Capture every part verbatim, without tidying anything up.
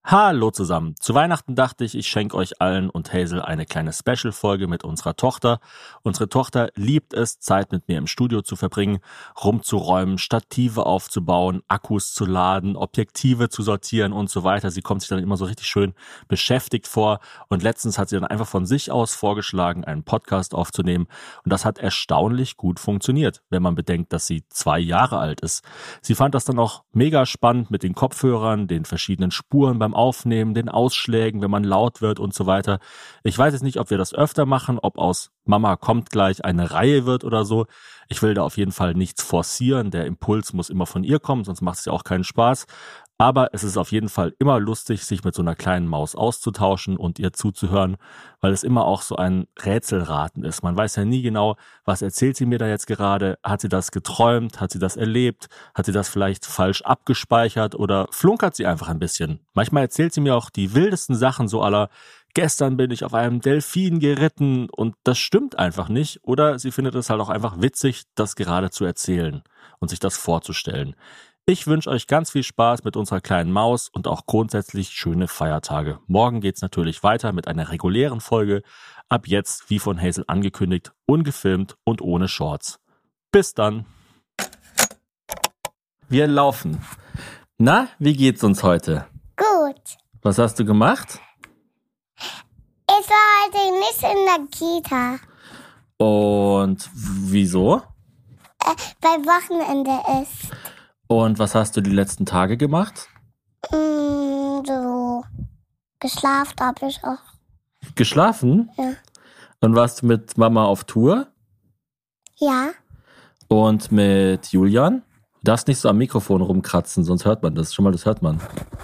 Hallo zusammen. Zu Weihnachten dachte ich, ich schenke euch allen und Hazel eine kleine Special-Folge mit unserer Tochter. Unsere Tochter liebt es, Zeit mit mir im Studio zu verbringen, rumzuräumen, Stative aufzubauen, Akkus zu laden, Objektive zu sortieren und so weiter. Sie kommt sich dann immer so richtig schön beschäftigt vor und letztens hat sie dann einfach von sich aus vorgeschlagen, einen Podcast aufzunehmen und das hat erstaunlich gut funktioniert, wenn man bedenkt, dass sie zwei Jahre alt ist. Sie fand das dann auch mega spannend mit den Kopfhörern, den verschiedenen Spuren beim Aufnehmen, den Ausschlägen, wenn man laut wird und so weiter. Ich weiß jetzt nicht, ob wir das öfter machen, ob aus Mama kommt gleich eine Reihe wird oder so. Ich will da auf jeden Fall nichts forcieren. Der Impuls muss immer von ihr kommen, sonst macht es ja auch keinen Spaß. Aber es ist auf jeden Fall immer lustig, sich mit so einer kleinen Maus auszutauschen und ihr zuzuhören, weil es immer auch so ein Rätselraten ist. Man weiß ja nie genau, was erzählt sie mir da jetzt gerade? Hat sie das geträumt? Hat sie das erlebt? Hat sie das vielleicht falsch abgespeichert oder flunkert sie einfach ein bisschen? Manchmal erzählt sie mir auch die wildesten Sachen, so aller gestern bin ich auf einem Delfin geritten und das stimmt einfach nicht. Oder sie findet es halt auch einfach witzig, das gerade zu erzählen und sich das vorzustellen. Ich wünsche euch ganz viel Spaß mit unserer kleinen Maus und auch grundsätzlich schöne Feiertage. Morgen geht's natürlich weiter mit einer regulären Folge. Ab jetzt, wie von Hazel angekündigt, ungefilmt und ohne Shorts. Bis dann. Wir laufen. Na, wie geht's uns heute? Gut. Was hast du gemacht? Ich war heute nicht in der Kita. Und wieso? Äh, weil Wochenende ist. Und was hast du die letzten Tage gemacht? Mm, so geschlafen habe ich auch. Geschlafen? Ja. Und warst du mit Mama auf Tour? Ja. Und mit Julian? Du darfst nicht so am Mikrofon rumkratzen, sonst hört man das. Schon mal, das hört man.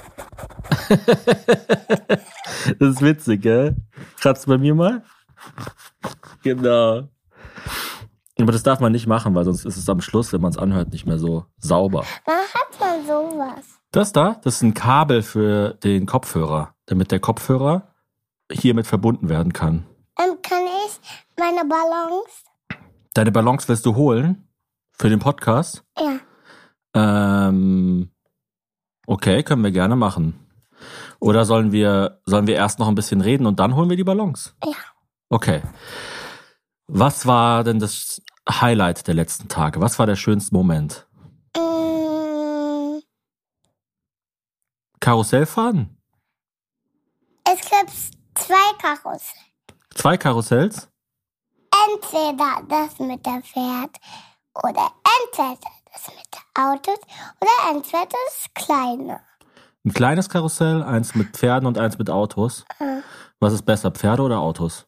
Das ist witzig, gell? Kratzt bei mir mal? Genau. Aber das darf man nicht machen, weil sonst ist es am Schluss, wenn man es anhört, nicht mehr so sauber. Wann hat man sowas? Das da, das ist ein Kabel für den Kopfhörer, damit der Kopfhörer hiermit verbunden werden kann. Ähm, kann ich meine Ballons? Deine Ballons willst du holen? Für den Podcast? Ja. Ähm, okay, können wir gerne machen. Oder sollen wir, sollen wir erst noch ein bisschen reden und dann holen wir die Ballons? Ja. Okay. Was war denn das Highlight der letzten Tage? Was war der schönste Moment? Mm, Karussell fahren? es gibt zwei Karussell. Zwei Karussells? Entweder das mit der Pferd oder entweder das mit der Autos oder entweder das kleine. Ein kleines Karussell, eins mit Pferden und eins mit Autos. Mhm. Was ist besser, Pferde oder Autos?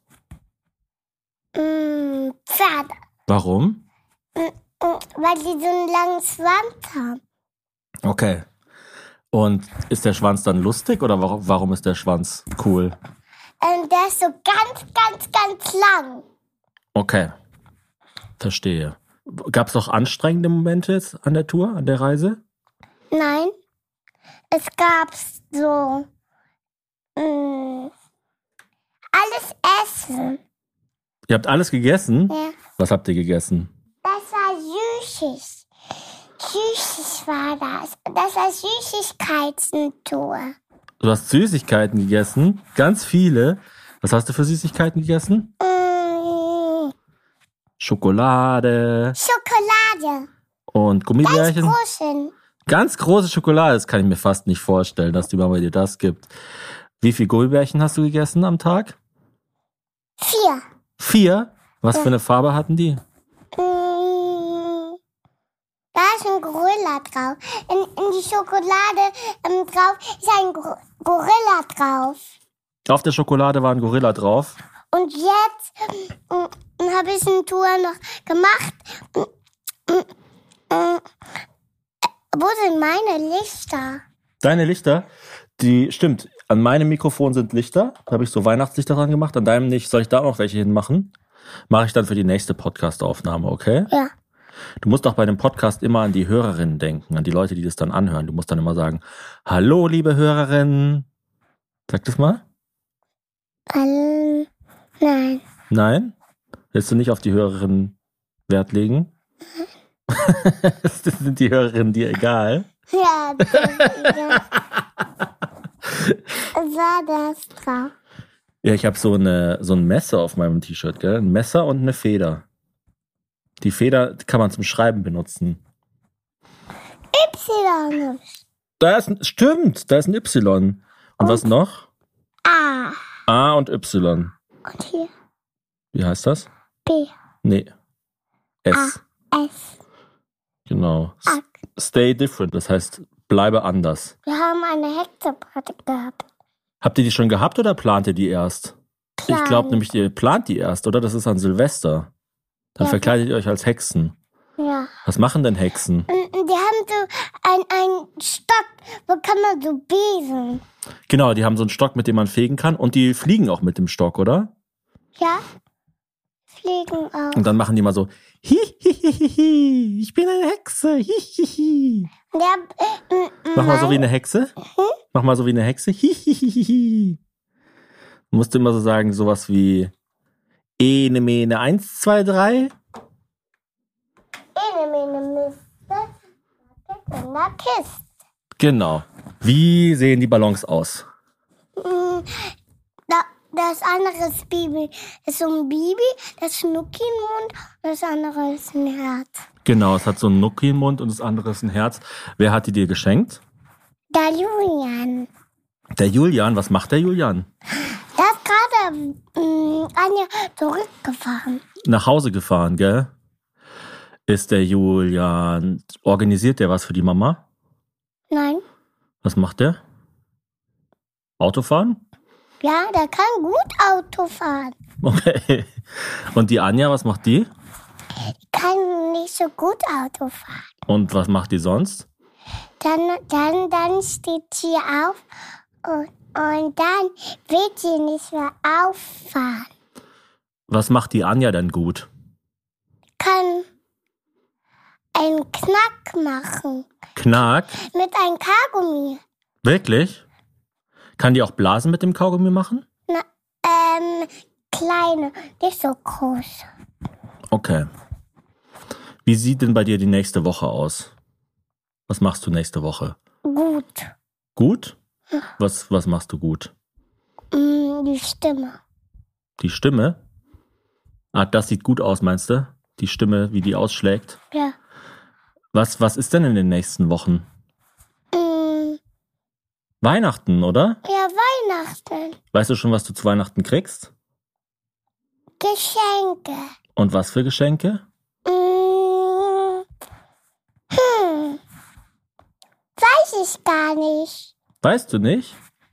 Mm, Pferde. Warum? Mm, mm, weil die so einen langen Schwanz haben. Okay. Und ist der Schwanz dann lustig oder warum, warum ist der Schwanz cool? Ähm, der ist so ganz, ganz, ganz lang. Okay. Verstehe. Gab es auch anstrengende Momente jetzt an der Tour, an der Reise? Nein. Es gab so mm, alles Essen. Ihr habt alles gegessen? Ja. Was habt ihr gegessen? Das war Süßes. Süßes war das. Das war Süßigkeiten-Tour. Du hast Süßigkeiten gegessen? Ganz viele. Was hast du für Süßigkeiten gegessen? Mm, Schokolade Schokolade. und Ganz Gummibärchen. großen. Ganz große Schokolade, das kann ich mir fast nicht vorstellen, dass die Mama dir das gibt. Wie viel Gummibärchen hast du gegessen am Tag? Vier. Vier? Was für eine Farbe hatten die? Mm, da ist ein Gorilla drauf. In, in die Schokolade ähm, drauf ist ein Gor- Gorilla drauf. Auf der Schokolade war ein Gorilla drauf. Und jetzt mm, habe ich eine Tour noch gemacht. Mm, mm, mm. Wo sind meine Lichter? Deine Lichter, die, stimmt, an meinem Mikrofon sind Lichter. Da habe ich so Weihnachtslichter dran gemacht. An deinem nicht. Soll ich da noch welche hinmachen? Mache ich dann für die nächste Podcast-Aufnahme, okay? Ja. Du musst auch bei dem Podcast immer an die Hörerinnen denken, an die Leute, die das dann anhören. Du musst dann immer sagen, hallo, liebe Hörerinnen. Sag das mal. Ähm, nein. Nein? Willst du nicht auf die Hörerinnen Wert legen? Das sind die Hörerinnen dir egal. Ja, das ist egal. war das drauf? Ja, ich habe so eine so ein Messer auf meinem T-Shirt, gell? Ein Messer und eine Feder. Die Feder kann man zum Schreiben benutzen. Y. Da ist ein, stimmt, da ist ein Y. Und, und was noch? A. A und Y. Und hier Wie heißt das? B. Nee. S. A. S. Genau. A. Stay different, das heißt, bleibe anders. Wir haben eine Hexeparty gehabt. Habt ihr die schon gehabt oder plant ihr die erst? Plan. Ich glaube nämlich, ihr plant die erst, oder? Das ist an Silvester. Dann Ja. verkleidet ihr euch als Hexen. Ja. Was machen denn Hexen? Und und die haben so ein, ein Stock, wo kann man so besen. Genau, die haben so einen Stock, mit dem man fegen kann. Und die fliegen auch mit dem Stock, oder? Ja? Fliegen auch. Und dann machen die mal so, hi, hi, hi, hi, hi, ich bin eine Hexe, hi, hi, hi. Und der, äh, Mach mal so wie eine Hexe. Mach mal so wie eine Hexe. Hi, hi, hi, hi, hi. Du musst immer so sagen, sowas wie Ene, Mene, eins, zwei, drei. Ene, mene, Miste, in der Kiste. Genau. Wie sehen die Ballons aus? Mm, Da, das andere ist Baby. Das ist so ein Baby, das ist Schnucki im Mund und das andere ist ein Herz. Genau, es hat so einen Nucki im Mund und das andere ist ein Herz. Wer hat die dir geschenkt? Der Julian. Der Julian. Was macht der Julian? Der ist gerade mm, Anja zurückgefahren. Nach Hause gefahren, gell? Ist der Julian, organisiert der was für die Mama? Nein. Was macht der? Autofahren? Ja, der kann gut Auto fahren. Okay. Und die Anja, was macht die? Kann nicht so gut Auto fahren. Und was macht die sonst? Dann, dann, dann steht sie auf und, und dann will sie nicht mehr auffahren. Was macht die Anja denn gut? Kann einen Knack machen Knack? mit einem Kaugummi. Wirklich? Kann die auch Blasen mit dem Kaugummi machen? Na, ähm, kleine, nicht so groß. Okay. Wie sieht denn bei dir die nächste Woche aus? Was machst du nächste Woche? Gut. Gut? Was, was machst du gut? Mm, die Stimme. Die Stimme? Ah, das sieht gut aus, meinst du? Die Stimme, wie die ausschlägt. Ja. Was, was ist denn in den nächsten Wochen? Mm, Weihnachten, oder? ja, Weihnachten. Weißt du schon, was du zu Weihnachten kriegst? Geschenke. Und was für Geschenke? Mm, hm. Weiß ich gar nicht. Weißt du nicht?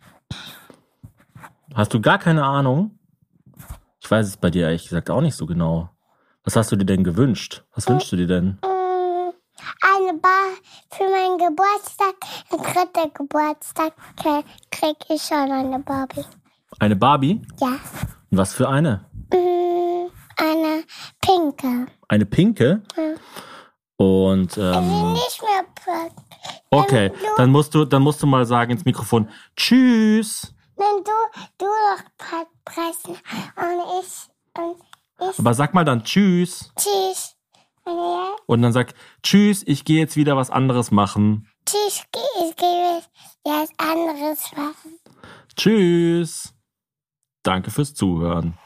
Hast du gar keine Ahnung? Ich weiß es bei dir ehrlich gesagt auch nicht so genau. Was hast du dir denn gewünscht? Was wünschst du dir denn? Mm, eine Bar für meinen Geburtstag. Am dritten Geburtstag krieg krieg ich schon eine Barbie. Eine Barbie? Ja. Und was für eine? Mm, eine pinke. Eine pinke? Ja. Und Die ähm, nicht mehr pink. okay, Wenn du, dann musst du, dann musst du mal sagen ins Mikrofon Tschüss. wenn du, du noch pre- pressen und ich und ich Aber sag mal dann Tschüss. tschüss. Und ja, Und dann sag Tschüss, ich gehe jetzt wieder was anderes machen. tschüss, geh- ich gehe jetzt anderes machen. Tschüss. Danke fürs Zuhören.